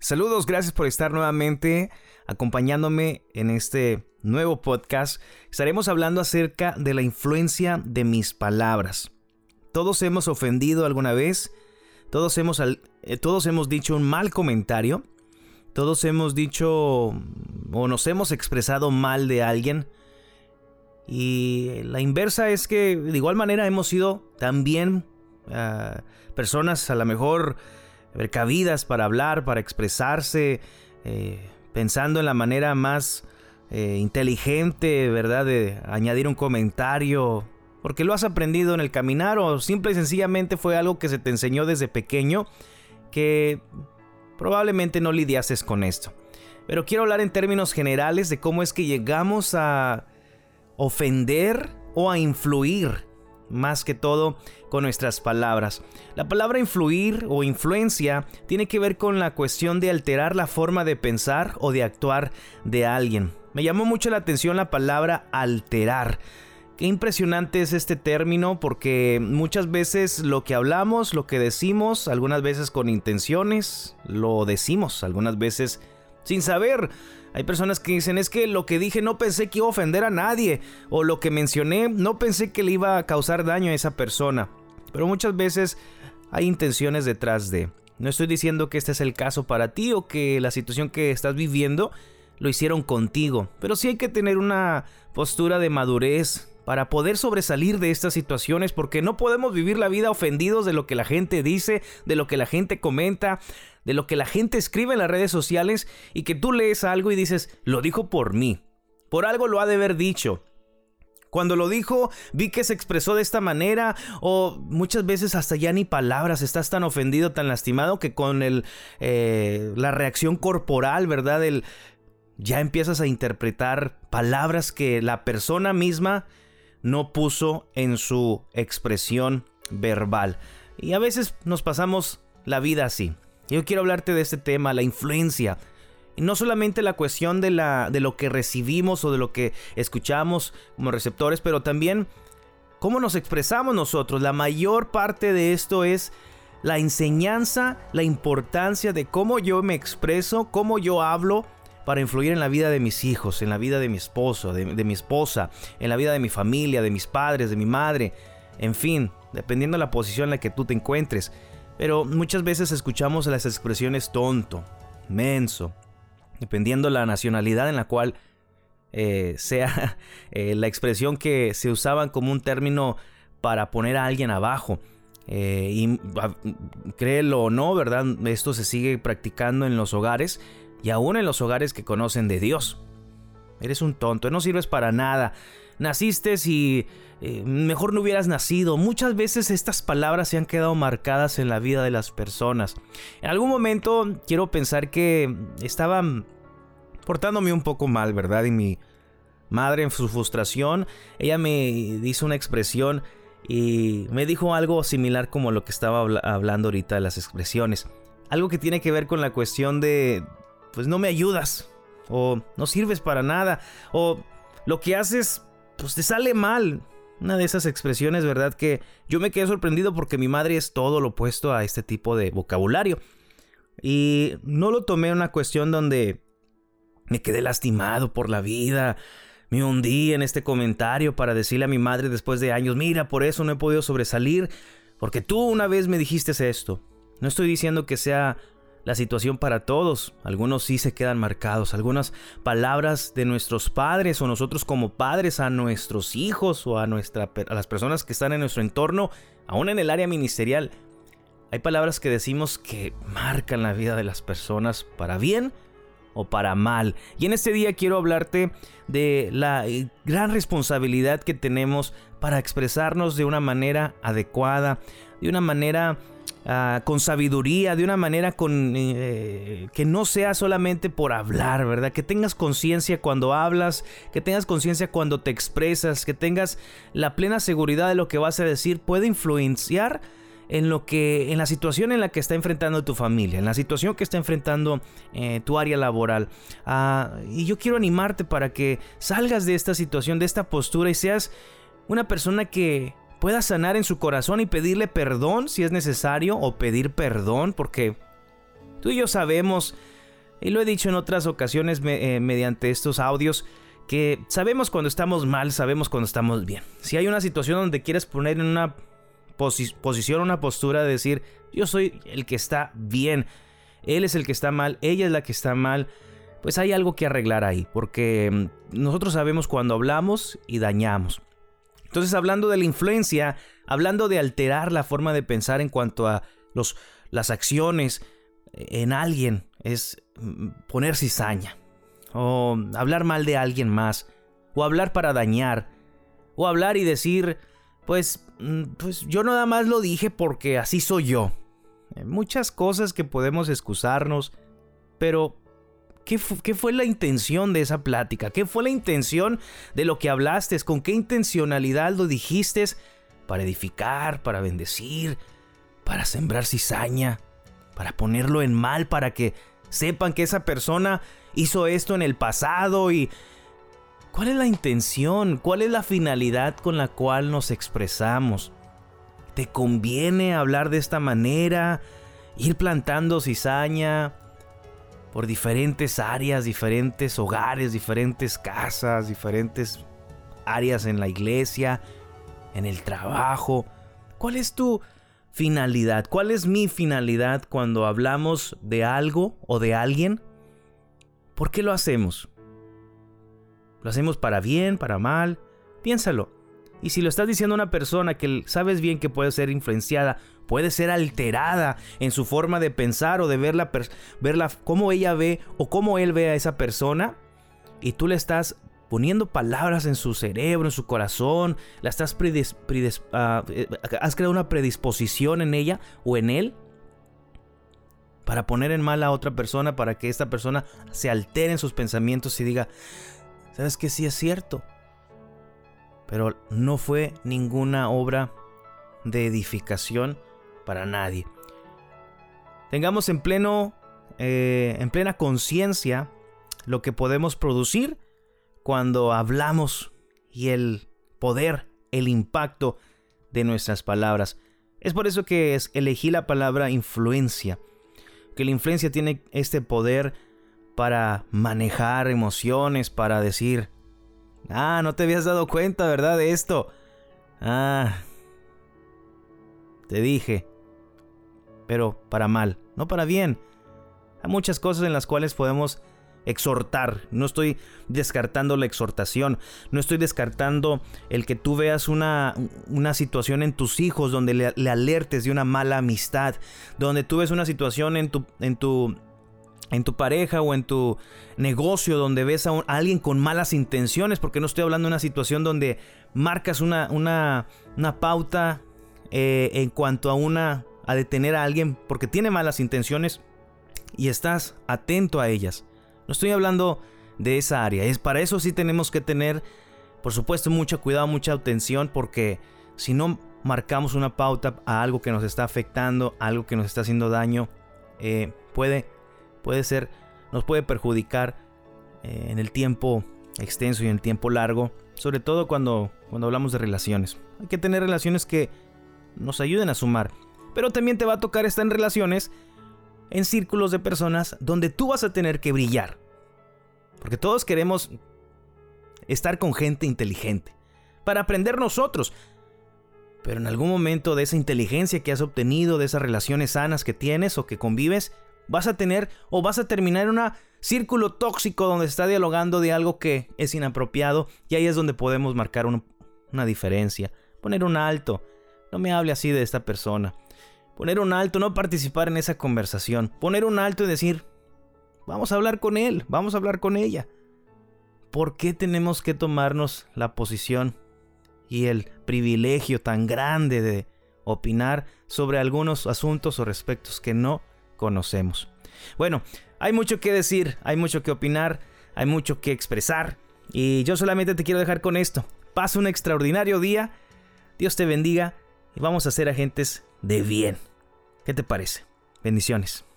Saludos, gracias por estar nuevamente acompañándome en este nuevo podcast. Estaremos hablando acerca de la influencia de mis palabras. Todos hemos ofendido alguna vez, todos hemos dicho un mal comentario, todos hemos dicho o nos hemos expresado mal de alguien. Y la inversa es que de igual manera hemos sido también personas a lo mejor precavidas para hablar, para expresarse, pensando en la manera más inteligente, ¿verdad? De añadir un comentario, porque lo has aprendido en el caminar o simple y sencillamente fue algo que se te enseñó desde pequeño que probablemente no lidiases con esto. Pero quiero hablar en términos generales de cómo es que llegamos a ofender o a influir más que todo con nuestras palabras. La palabra influir o influencia tiene que ver con la cuestión de alterar la forma de pensar o de actuar de alguien. Me llamó mucho la atención la palabra alterar. Qué impresionante es este término, porque muchas veces lo que hablamos, lo que decimos, algunas veces con intenciones, lo decimos, algunas veces sin saber. Hay personas que dicen, es que lo que dije no pensé que iba a ofender a nadie, o lo que mencioné no pensé que le iba a causar daño a esa persona. Pero muchas veces hay intenciones detrás de. No estoy diciendo que este es el caso para ti o que la situación que estás viviendo lo hicieron contigo, pero sí hay que tener una postura de madurez para poder sobresalir de estas situaciones, porque no podemos vivir la vida ofendidos de lo que la gente dice, de lo que la gente comenta, de lo que la gente escribe en las redes sociales, y que tú lees algo y dices, lo dijo por mí, por algo lo ha de haber dicho. Cuando lo dijo, vi que se expresó de esta manera, o muchas veces hasta ya ni palabras, estás tan ofendido, tan lastimado, que con la reacción corporal, ¿verdad? Ya empiezas a interpretar palabras que la persona misma no puso en su expresión verbal. Y a veces nos pasamos la vida así. Yo quiero hablarte de este tema, la influencia. Y no solamente la cuestión de lo que recibimos o de lo que escuchamos como receptores, pero también cómo nos expresamos nosotros. La mayor parte de esto es la enseñanza, la importancia de cómo yo me expreso, cómo yo hablo, para influir en la vida de mis hijos, en la vida de mi esposo, de mi esposa, en la vida de mi familia, de mis padres, de mi madre, en fin, dependiendo de la posición en la que tú te encuentres. Pero muchas veces escuchamos las expresiones tonto, menso, dependiendo la nacionalidad en la cual sea la expresión que se usaban como un término para poner a alguien abajo. Y créelo o no, ¿verdad? Esto se sigue practicando en los hogares. Y aún en los hogares que conocen de Dios. Eres un tonto, no sirves para nada. Naciste y mejor no hubieras nacido. Muchas veces estas palabras se han quedado marcadas en la vida de las personas. En algún momento quiero pensar que estaba portándome un poco mal, ¿verdad? Y mi madre, en su frustración, ella me hizo una expresión y me dijo algo similar como lo que estaba hablando ahorita de las expresiones. Algo que tiene que ver con la cuestión de, pues no me ayudas, o no sirves para nada, o lo que haces, pues te sale mal. Una de esas expresiones, ¿verdad? Que yo me quedé sorprendido porque mi madre es todo lo opuesto a este tipo de vocabulario. Y no lo tomé en una cuestión donde me quedé lastimado por la vida. Me hundí en este comentario para decirle a mi madre después de años, mira, por eso no he podido sobresalir, porque tú una vez me dijiste esto. No estoy diciendo que sea la situación para todos. Algunos sí se quedan marcados. Algunas palabras de nuestros padres o nosotros como padres a nuestros hijos o a las personas que están en nuestro entorno, aún en el área ministerial. Hay palabras que decimos que marcan la vida de las personas para bien o para mal. Y en este día quiero hablarte de la gran responsabilidad que tenemos para expresarnos de una manera adecuada, de una manera con sabiduría, de una manera que no sea solamente por hablar, ¿verdad? Que tengas conciencia cuando hablas, que tengas conciencia cuando te expresas, que tengas la plena seguridad de lo que vas a decir puede influenciar en la situación en la que está enfrentando tu familia, en la situación que está enfrentando tu área laboral. Y yo quiero animarte para que salgas de esta situación, de esta postura, y seas una persona que pueda sanar en su corazón y pedirle perdón si es necesario, o pedir perdón, porque tú y yo sabemos Y lo he dicho en otras ocasiones mediante estos audios, que sabemos cuando estamos mal, sabemos cuando estamos bien. Si hay una situación donde quieres poner en una posición, una postura de decir, yo soy el que está bien, él es el que está mal, ella es la que está mal, pues hay algo que arreglar ahí, porque nosotros sabemos cuando hablamos y dañamos. Entonces, hablando de la influencia, hablando de alterar la forma de pensar en cuanto a las acciones en alguien, es poner cizaña, o hablar mal de alguien más, o hablar para dañar, o hablar y decir, pues yo nada más lo dije porque así soy yo. Muchas cosas que podemos excusarnos, pero ¿qué fue la intención de esa plática? ¿Qué fue la intención de lo que hablaste? ¿Con qué intencionalidad lo dijiste? ¿Para edificar, para bendecir, para sembrar cizaña, para ponerlo en mal, para que sepan que esa persona hizo esto en el pasado? ¿Y cuál es la intención? ¿Cuál es la finalidad con la cual nos expresamos? ¿Te conviene hablar de esta manera? Ir plantando cizaña por diferentes áreas, diferentes hogares, diferentes casas, diferentes áreas en la iglesia, en el trabajo. ¿Cuál es tu finalidad? ¿Cuál es mi finalidad cuando hablamos de algo o de alguien? ¿Por qué lo hacemos? ¿Lo hacemos para bien, para mal? Piénsalo. Y si lo estás diciendo a una persona que sabes bien que puede ser influenciada, puede ser alterada en su forma de pensar o de verla cómo ella ve o cómo él ve a esa persona, y tú le estás poniendo palabras en su cerebro, en su corazón, has creado una predisposición en ella o en él para poner en mal a otra persona, para que esta persona se altere en sus pensamientos y diga, ¿sabes qué? Sí es cierto. Pero no fue ninguna obra de edificación para nadie. Tengamos en plena conciencia lo que podemos producir cuando hablamos y el poder, el impacto de nuestras palabras. Es por eso que elegí la palabra influencia, que la influencia tiene este poder para manejar emociones, para decir, no te habías dado cuenta, ¿verdad? De esto. Te dije. Pero para mal, no para bien. Hay muchas cosas en las cuales podemos exhortar. No estoy descartando la exhortación. No estoy descartando el que tú veas una situación en tus hijos donde le alertes de una mala amistad. Donde tú ves una situación en tu pareja o en tu negocio donde ves a alguien con malas intenciones, porque no estoy hablando de una situación donde marcas una pauta en cuanto a detener a alguien porque tiene malas intenciones y estás atento a ellas. No estoy hablando de esa área. Para eso sí tenemos que tener, por supuesto, mucho cuidado, mucha atención, porque si no marcamos una pauta a algo que nos está afectando, algo que nos está haciendo daño, nos puede perjudicar en el tiempo extenso y en el tiempo largo, sobre todo cuando hablamos de relaciones. Hay que tener relaciones que nos ayuden a sumar, pero también te va a tocar estar en relaciones, en círculos de personas donde tú vas a tener que brillar, porque todos queremos estar con gente inteligente para aprender nosotros. Pero en algún momento de esa inteligencia que has obtenido, de esas relaciones sanas que tienes o que convives, vas a tener o vas a terminar en un círculo tóxico donde está dialogando de algo que es inapropiado, y ahí es donde podemos marcar una diferencia. Poner un alto. No me hable así de esta persona. Poner un alto, no participar en esa conversación. Poner un alto y decir, vamos a hablar con él, vamos a hablar con ella. ¿Por qué tenemos que tomarnos la posición y el privilegio tan grande de opinar sobre algunos asuntos o respectos que no conocemos? Bueno, hay mucho que decir, hay mucho que opinar, hay mucho que expresar, y yo solamente te quiero dejar con esto. Pasa un extraordinario día, Dios te bendiga y vamos a ser agentes de bien. ¿Qué te parece? Bendiciones.